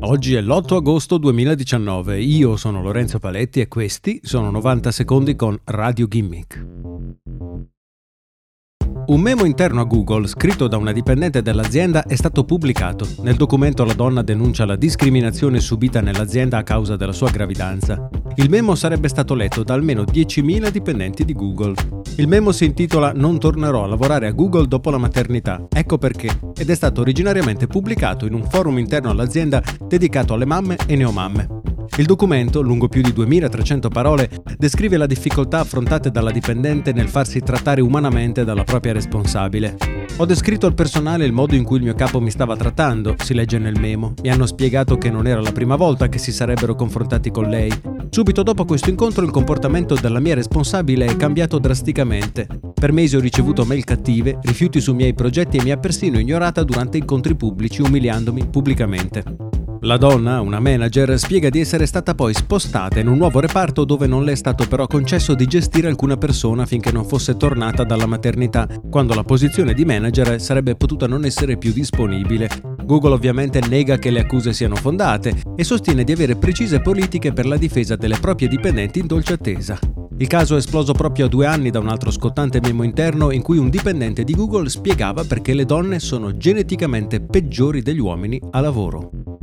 Oggi è l'8 agosto 2019, io sono Lorenzo Paletti e questi sono 90 secondi con Radio Gimmick. Un memo interno a Google, scritto da una dipendente dell'azienda, è stato pubblicato. Nel documento la donna denuncia la discriminazione subita nell'azienda a causa della sua gravidanza. Il memo sarebbe stato letto da almeno 10.000 dipendenti di Google. Il memo si intitola "Non tornerò a lavorare a Google dopo la maternità. Ecco perché", ed è stato originariamente pubblicato in un forum interno all'azienda dedicato alle mamme e neomamme. Il documento, lungo più di 2300 parole, descrive la difficoltà affrontate dalla dipendente nel farsi trattare umanamente dalla propria responsabile. "Ho descritto al personale il modo in cui il mio capo mi stava trattando", si legge nel memo. "Mi hanno spiegato che non era la prima volta che si sarebbero confrontati con lei. Subito dopo questo incontro il comportamento della mia responsabile è cambiato drasticamente. Per mesi ho ricevuto mail cattive, rifiuti su miei progetti e mi ha persino ignorata durante incontri pubblici, umiliandomi pubblicamente". La donna, una manager, spiega di essere stata poi spostata in un nuovo reparto dove non le è stato però concesso di gestire alcuna persona finché non fosse tornata dalla maternità, quando la posizione di manager sarebbe potuta non essere più disponibile. Google ovviamente nega che le accuse siano fondate e sostiene di avere precise politiche per la difesa delle proprie dipendenti in dolce attesa. Il caso è esploso proprio a 2 anni da un altro scottante memo interno in cui un dipendente di Google spiegava perché le donne sono geneticamente peggiori degli uomini a lavoro.